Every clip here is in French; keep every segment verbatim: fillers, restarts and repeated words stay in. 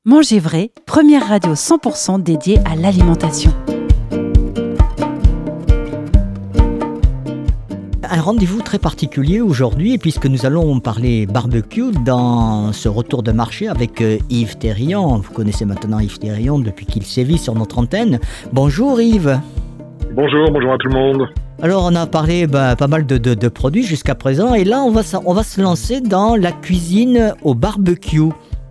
Manger vrai, première radio cent pour cent dédiée à l'alimentation. Un rendez-vous très particulier aujourd'hui puisque nous allons parler barbecue dans ce retour de marché avec Yves Thérian. Vous connaissez maintenant Yves Thérian depuis qu'il sévit sur notre antenne. Bonjour Yves. Bonjour, bonjour à tout le monde. Alors on a parlé bah, pas mal de, de, de produits jusqu'à présent et là on va, on va se lancer dans la cuisine au barbecue.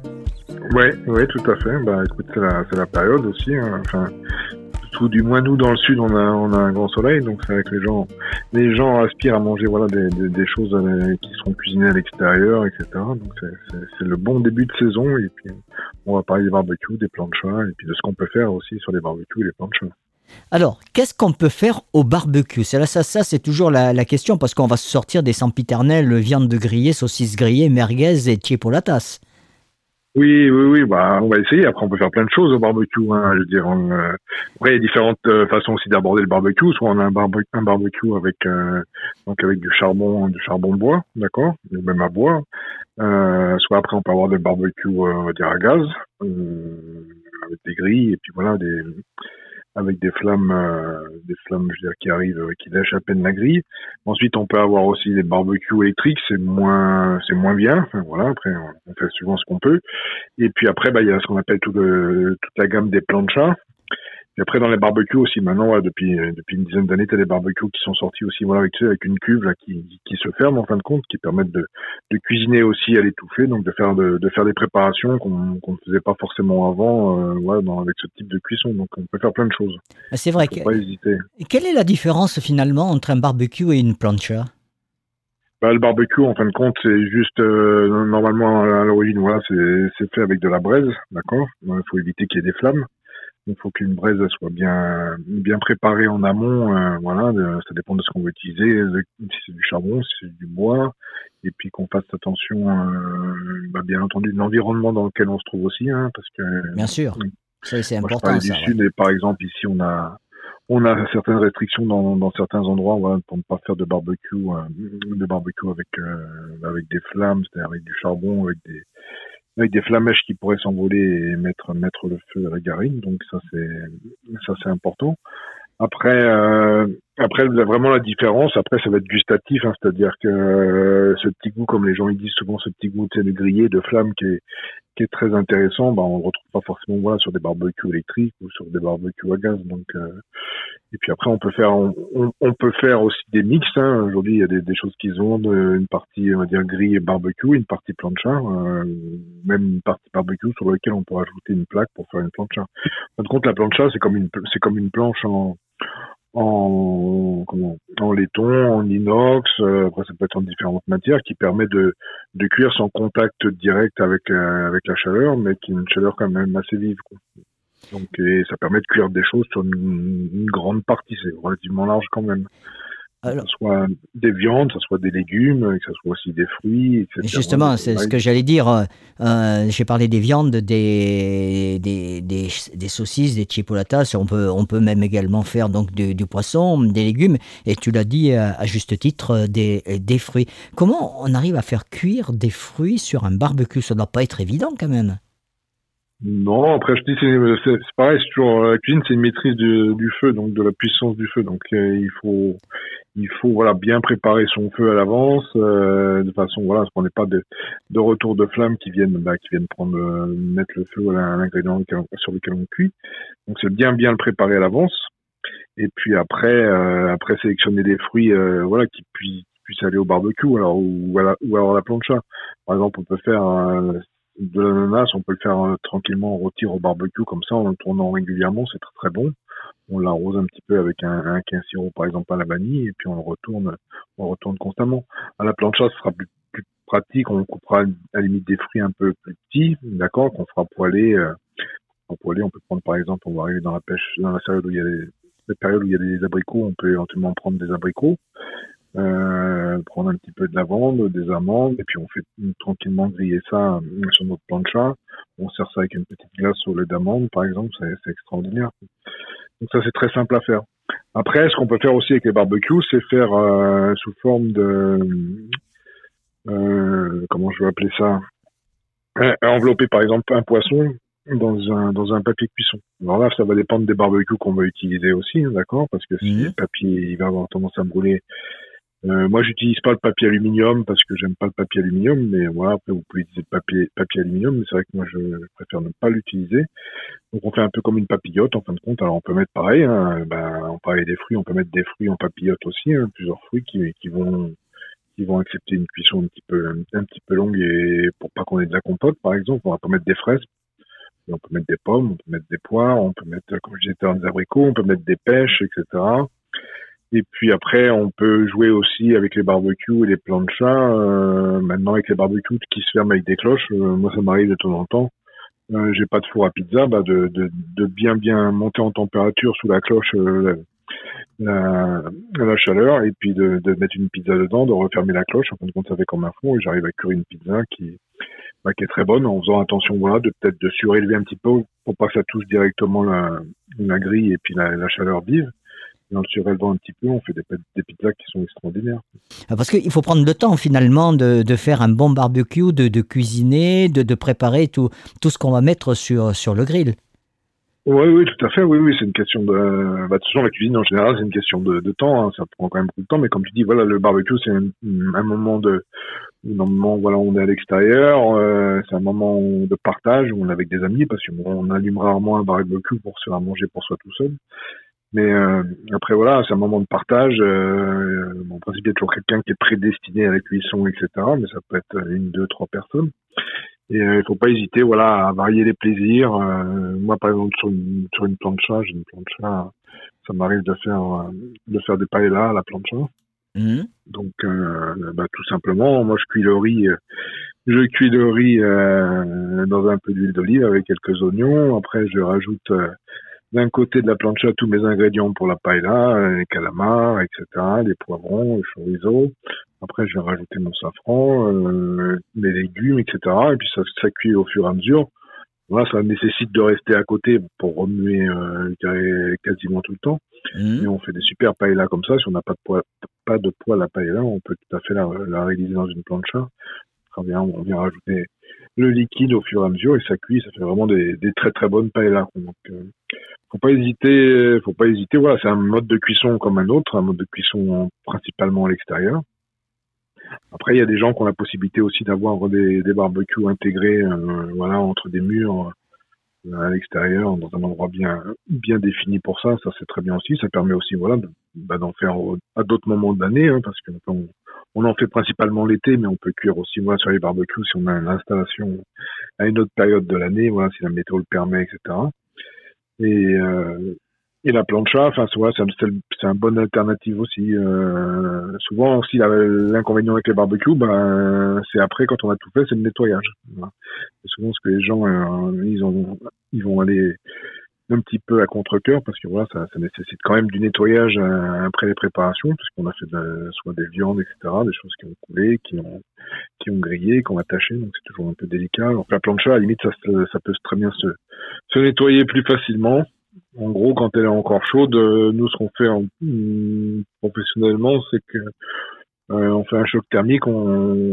Oui, oui, tout à fait. Bah, écoute, c'est la, c'est la période aussi. Hein. Enfin, tout du moins nous dans le sud, on a, on a un grand soleil, donc c'est vrai que les gens, les gens aspirent à manger voilà des, des, des choses qui seront cuisinées à l'extérieur, et cetera. Donc c'est, c'est, c'est le bon début de saison. Et puis on va parler des barbecues, des planchas, et puis de ce qu'on peut faire aussi sur les barbecues et les planchas. Alors, qu'est-ce qu'on peut faire au barbecue ? C'est là, ça, ça, c'est toujours la, la question, parce qu'on va se sortir des sempiternelles viande de grillée, saucisses grillées, merguez et chipolatas. Oui, oui, oui, bah, on va essayer. Après, on peut faire plein de choses au barbecue, hein. Je veux dire, on, euh, après, il y a différentes euh, façons aussi d'aborder le barbecue. Soit on a un, barbe- un barbecue avec, euh, donc avec du charbon, du charbon de bois, d'accord, ou même à bois. Euh, soit après, on peut avoir des barbecues, euh, on va dire à gaz, euh, avec des grilles et puis voilà, des, avec des flammes, euh, des flammes, je veux dire, qui arrivent, euh, qui lâchent à peine la grille. Ensuite, on peut avoir aussi des barbecues électriques, c'est moins, c'est moins bien. Enfin, voilà, après, on, on fait souvent ce qu'on peut. Et puis après, bah, il y a ce qu'on appelle tout le, toute la gamme des planchas. Et après, dans les barbecues aussi, maintenant, voilà, depuis, depuis une dizaine d'années, tu as des barbecues qui sont sortis aussi, voilà, avec, tu sais, avec une cuve, là, qui, qui se ferme, en fin de compte, qui permettent de, de cuisiner aussi à l'étouffée, donc de faire, de, de faire des préparations qu'on, qu'on ne faisait pas forcément avant, euh, voilà, dans, avec ce type de cuisson. Donc, on peut faire plein de choses. C'est vrai. Il faut pas hésiter. Quelle est la différence, finalement, entre un barbecue et une plancha ? Bah, le barbecue, en fin de compte, c'est juste, euh, normalement, à l'origine, voilà, c'est, c'est fait avec de la braise, d'accord? Il faut éviter qu'il y ait des flammes. Il faut qu'une braise soit bien bien préparée en amont, euh, voilà, de, ça dépend de ce qu'on veut utiliser, de, si c'est du charbon, si c'est du bois, et puis qu'on fasse attention, euh, bah, bien entendu, de l'environnement dans lequel on se trouve aussi, hein, parce que bien sûr, euh, ça c'est moi, important. Je parlais ça, du ouais. sud, et par exemple ici on a on a certaines restrictions dans, dans certains endroits, voilà, pour ne pas faire de barbecue, euh, de barbecue avec euh, avec des flammes, c'est-à-dire avec du charbon, avec des avec des flamèches qui pourraient s'envoler et mettre mettre le feu à la garine. Donc ça c'est ça c'est important. Après euh, après vraiment la différence, après ça va être gustatif, hein, c'est-à-dire que euh, ce petit goût, comme les gens ils disent souvent, ce petit goût de grillé de flamme qui est qui est très intéressant, bah on le retrouve pas forcément voilà sur des barbecues électriques ou sur des barbecues à gaz. Donc euh, et puis après, on peut faire, on, on, on peut faire aussi des mix. Hein. Aujourd'hui, il y a des, des choses qui se vendent, une partie, on va dire, grille et barbecue, une partie plancha, euh, même une partie barbecue sur laquelle on peut rajouter une plaque pour faire une plancha. En fin de compte, la plancha, c'est comme une, c'est comme une planche en, en, comment, en laiton, en inox. Euh, après, ça peut être en différentes matières, qui permet de, de cuire sans contact direct avec, euh, avec la chaleur, mais qui est une chaleur quand même assez vive, quoi. Donc, et ça permet de cuire des choses sur une, une grande partie, c'est relativement large quand même. Alors, que ce soit des viandes, que ce soit des légumes, que ce soit aussi des fruits, et cetera. Justement, donc, c'est ce que j'allais dire. Euh, j'ai parlé des viandes, des, des, des, des saucisses, des chipolatas. On peut, on peut même également faire donc du, du poisson, des légumes. Et tu l'as dit à, à juste titre, des, des fruits. Comment on arrive à faire cuire des fruits sur un barbecue ? Ça ne doit pas être évident quand même. Non, après je dis c'est, c'est, c'est pareil, c'est toujours la cuisine, c'est une maîtrise du, du feu, donc de la puissance du feu. Donc euh, il faut il faut voilà bien préparer son feu à l'avance, euh, de façon voilà, qu'on n'ait pas de, de retour de flammes qui viennent bah, qui viennent prendre euh, mettre le feu à l'ingrédient sur lequel on cuit. Donc c'est bien bien le préparer à l'avance. Et puis après euh, après sélectionner des fruits euh, voilà qui puissent puissent aller au barbecue alors ou à la, ou alors à la plancha. Par exemple, on peut faire euh, de l'ananas, on peut le faire euh, tranquillement rôtir au barbecue comme ça en le tournant régulièrement, c'est très très bon. On l'arrose un petit peu avec un, un, un sirop par exemple à la vanille et puis on le retourne, on le retourne constamment. À la plancha, ce sera plus, plus pratique, on coupera à la limite des fruits un peu plus petits, d'accord, qu'on fera poêler. Euh, en poêler, on peut prendre par exemple, on va arriver dans la pêche, dans la période où il y a des, la période où il y a des abricots, on peut éventuellement prendre des abricots. Euh, prendre un petit peu de lavande, des amandes, et puis on fait tranquillement griller ça euh, sur notre plancha. On sert ça avec une petite glace au lait d'amande, par exemple, c'est, c'est extraordinaire. Donc ça, c'est très simple à faire. Après, ce qu'on peut faire aussi avec les barbecues, c'est faire euh, sous forme de... Euh, comment je vais appeler ça euh, envelopper, par exemple, un poisson dans un dans un papier cuisson. Alors là, ça va dépendre des barbecues qu'on va utiliser aussi, hein, d'accord, parce que si Mhm. le papier il va avoir tendance à brûler. Euh, moi, j'utilise pas le papier aluminium parce que j'aime pas le papier aluminium, mais voilà, après vous pouvez utiliser le papier papier aluminium, mais c'est vrai que moi je préfère ne pas l'utiliser. Donc on fait un peu comme une papillote en fin de compte. Alors on peut mettre pareil, hein, ben, on parlait des fruits, on peut mettre des fruits en papillote aussi, hein, plusieurs fruits qui qui vont qui vont accepter une cuisson un petit peu un petit peu longue et pour pas qu'on ait de la compote par exemple, on va pas mettre des fraises. On peut mettre des pommes, on peut mettre des poires, on peut mettre, comme je disais, des abricots, on peut mettre des pêches, et cetera. Et puis après, on peut jouer aussi avec les barbecues et les planchas. Euh, maintenant, avec les barbecues qui se ferment avec des cloches, euh, moi ça m'arrive de temps en temps. Euh, j'ai pas de four à pizza, bah de, de, de bien bien monter en température sous la cloche euh, la, la chaleur et puis de, de mettre une pizza dedans, de refermer la cloche. En fin de compte, ça fait comme un four et j'arrive à cuire une pizza qui bah, qui est très bonne en faisant attention voilà de peut-être de surélever un petit peu pour pas que ça touche directement la, la grille et puis la, la chaleur vive. Et en le surélevant un petit peu, on fait des, des pizzas qui sont extraordinaires. Ah, parce qu'il faut prendre le temps finalement de, de faire un bon barbecue, de, de cuisiner, de, de préparer tout, tout ce qu'on va mettre sur, sur le grill. Oui, oui, tout à fait. Oui, oui, c'est une question de. Bah, de toute façon, la cuisine en général, c'est une question de, de temps. Hein. Ça prend quand même beaucoup de temps. Mais comme tu dis, voilà, le barbecue, c'est un, un moment de. Un moment, voilà, on est à l'extérieur. Euh, c'est un moment de partage où on est avec des amis parce qu'on allume rarement un barbecue pour se faire manger pour soi tout seul. Mais euh, après, voilà, c'est un moment de partage. Euh, bon, en principe, il y a toujours quelqu'un qui est prédestiné à la cuisson, et cetera. Mais ça peut être une, deux, trois personnes. Et euh, il faut pas hésiter, voilà, à varier les plaisirs. Euh, moi, par exemple, sur une sur une plancha, j'ai une plancha, ça m'arrive de faire euh, de faire des paellas à la plancha. Mmh. Donc, euh, bah, tout simplement, moi, je cuis le riz, je cuis le riz euh, dans un peu d'huile d'olive avec quelques oignons. Après, je rajoute euh, d'un côté de la plancha tous mes ingrédients pour la paella, les calamars, et cetera, les poivrons, le chorizo. Après, je vais rajouter mon safran, euh, mes légumes, et cetera. Et puis ça, ça cuit au fur et à mesure. Voilà, ça nécessite de rester à côté pour remuer euh, je dirais, quasiment tout le temps. Mmh. Et on fait des super paellas comme ça. Si on n'a pas de poêle, pas de poêle à paella, on peut tout à fait la, la réaliser dans une plancha. Très bien, on vient rajouter le liquide au fur et à mesure et ça cuit. Ça fait vraiment des, des très très bonnes paellas. Donc, euh, faut pas hésiter. Faut pas hésiter. Voilà, c'est un mode de cuisson comme un autre, un mode de cuisson principalement à l'extérieur. Après, il y a des gens qui ont la possibilité aussi d'avoir des, des barbecues intégrés, euh, voilà, entre des murs euh, à l'extérieur, dans un endroit bien bien défini pour ça. Ça, c'est très bien aussi. Ça permet aussi, voilà, de, bah, d'en faire au, à d'autres moments de l'année, hein, parce que on, on en fait principalement l'été, mais on peut cuire aussi, voilà, sur les barbecues si on a une installation à une autre période de l'année, voilà, si la météo le permet, et cetera. Et euh, Et la plancha, enfin, c'est, c'est, un, c'est un bonne alternative aussi. Euh, souvent aussi, la, l'inconvénient avec les barbecues, ben, c'est après, quand on a tout fait, c'est le nettoyage. Voilà. C'est souvent ce que les gens, euh, ils, ont, ils vont aller un petit peu à contre-cœur parce que voilà, ça, ça nécessite quand même du nettoyage euh, après les préparations, puisqu'on a fait de, soit des viandes, et cetera, des choses qui ont coulé, qui ont, qui ont grillé, qui ont attaché, donc c'est toujours un peu délicat. Alors que la plancha, à la limite, ça, ça peut très bien se, se nettoyer plus facilement. En gros, quand elle est encore chaude, euh, nous, ce qu'on fait en, mm, professionnellement, c'est que euh, on fait un choc thermique, on,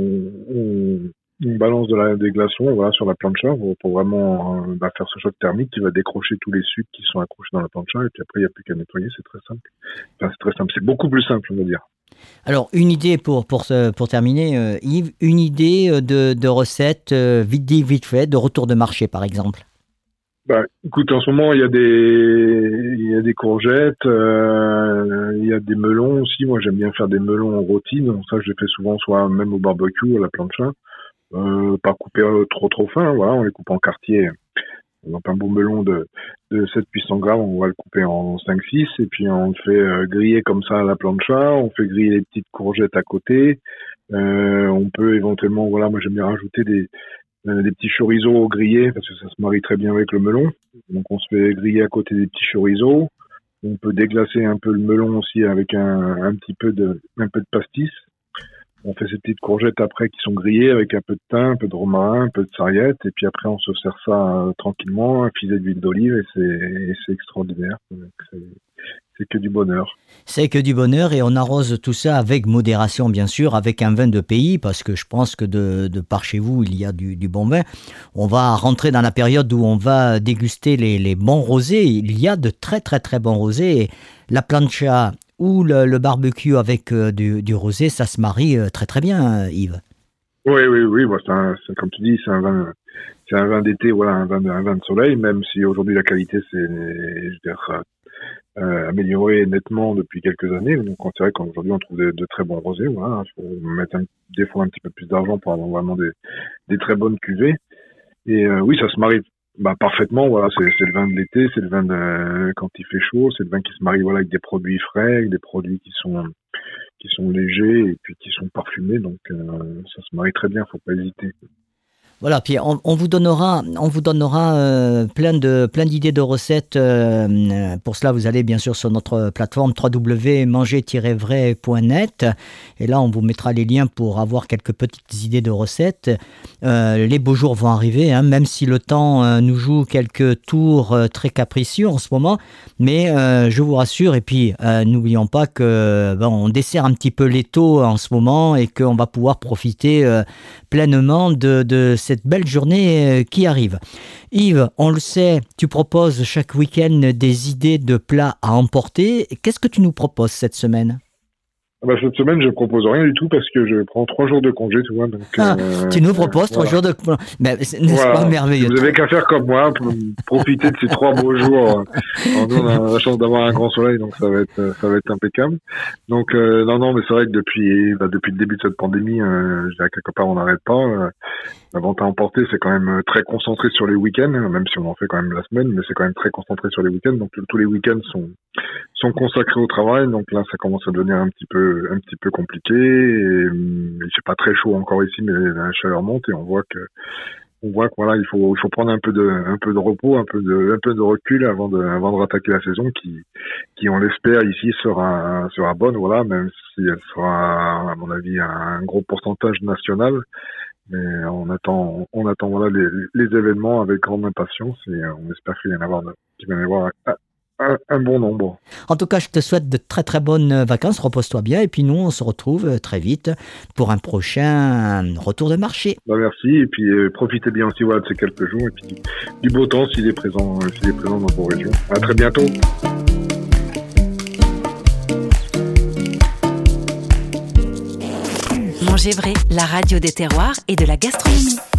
on, on balance de la, des glaçons, voilà, sur la plancha pour, pour vraiment euh, bah, faire ce choc thermique qui va décrocher tous les sucres qui sont accrochés dans la plancha, et puis après, il n'y a plus qu'à nettoyer, c'est très simple. Enfin, c'est très simple, c'est beaucoup plus simple, on va dire. Alors, une idée pour, pour, pour terminer, euh, Yves, une idée de, de recette euh, vite dit, vite fait, de retour de marché, par exemple. Bah, écoute, en ce moment, il y a des, il y a des courgettes, euh, il y a des melons aussi. Moi, j'aime bien faire des melons en rôti. Donc ça, je les fais souvent, soit même au barbecue, à la plancha. Euh, pas couper trop trop fin, voilà, on les coupe en quartiers. Donc un beau melon de, de sept à huit cents grammes, on va le couper en cinq six, et puis on le fait euh, griller comme ça à la plancha. On fait griller les petites courgettes à côté. Euh, on peut éventuellement, voilà, moi j'aime bien rajouter des Euh, des petits chorizo grillés parce que ça se marie très bien avec le melon. Donc on se fait griller à côté des petits chorizo. On peut déglacer un peu le melon aussi avec un, un petit peu de un peu de pastis. On fait ces petites courgettes après qui sont grillées avec un peu de thym, un peu de romarin, un peu de sarriette, et puis après on se sert ça euh, tranquillement, un filet d'huile d'olive et c'est, et c'est extraordinaire. Donc, c'est, c'est que du bonheur. C'est que du bonheur et on arrose tout ça avec modération, bien sûr, avec un vin de pays, parce que je pense que de, de par chez vous, il y a du, du bon vin. On va rentrer dans la période où on va déguster les, les bons rosés. Il y a de très, très, très bons rosés. Et la plancha ou le, le barbecue avec euh, du, du rosé, ça se marie euh, très, très bien, Yves. Oui, oui, oui. Bah, c'est un, c'est, comme tu dis, c'est un vin, c'est un vin d'été, voilà, un vin, un vin de soleil, même si aujourd'hui la qualité, c'est, je veux dire, Euh, amélioré nettement depuis quelques années. Donc c'est vrai qu'aujourd'hui on trouve de, de très bons rosés. Voilà, il faut mettre un, des fois un petit peu plus d'argent pour avoir vraiment des, des très bonnes cuvées. Et euh, oui, ça se marie bah, parfaitement. Voilà, c'est, c'est le vin de l'été, c'est le vin de, quand il fait chaud, c'est le vin qui se marie voilà avec des produits frais, avec des produits qui sont qui sont légers et puis qui sont parfumés. Donc euh, ça se marie très bien. Faut pas hésiter. Voilà, puis on, on vous donnera, on vous donnera euh, plein de plein d'idées de recettes. Euh, pour cela, vous allez bien sûr sur notre plateforme w w w point manger tiret vrai point net et là, on vous mettra les liens pour avoir quelques petites idées de recettes. Euh, les beaux jours vont arriver, hein, même si le temps euh, nous joue quelques tours euh, très capricieux en ce moment. Mais euh, je vous rassure, et puis euh, n'oublions pas que bon, on dessert un petit peu l'étau en ce moment et qu'on va pouvoir profiter euh, pleinement de, de cette belle journée qui arrive. Yves, on le sait, tu proposes chaque week-end des idées de plats à emporter. Qu'est-ce que tu nous proposes cette semaine ? Bah, cette semaine, je ne propose rien du tout parce que je prends trois jours de congé, tu vois. Donc, ah, euh, tu nous proposes trois voilà. jours de... Mais, n'est-ce voilà. pas merveilleux ? Vous n'avez qu'à faire comme moi, pour profiter de ces trois beaux jours. Alors, nous, on a la chance d'avoir un grand soleil, donc ça va être, ça va être impeccable. Donc, euh, non, non, mais c'est vrai que depuis, bah, depuis le début de cette pandémie, euh, je dirais quelque part, on n'arrête pas. Euh, la vente à emporter, c'est quand même très concentré sur les week-ends, même si on en fait quand même la semaine, mais c'est quand même très concentré sur les week-ends. Donc, tous les week-ends sont, sont consacrés au travail. Donc là, ça commence à devenir un petit peu, un petit peu compliqué. Et, il fait pas très chaud encore ici, mais la chaleur monte et on voit que, on voit que voilà, il faut, il faut prendre un peu de, un peu de repos, un peu de, un peu de recul avant de, avant de rattaquer la saison qui, qui, on l'espère ici sera, sera bonne, voilà, même si elle sera, à mon avis, un gros pourcentage national. Mais on attend, on attend voilà les, les événements avec grande impatience et on espère qu'il va y en avoir, qu'il va y en avoir un, un, un bon nombre. En tout cas, je te souhaite de très très bonnes vacances. Repose-toi bien et puis nous, on se retrouve très vite pour un prochain retour de marché. Bah merci et puis euh, profitez bien aussi voilà de ces quelques jours et puis du beau temps s'il est présent, euh, s'il est présent dans vos régions. À très bientôt. Manger vrai, la radio des terroirs et de la gastronomie.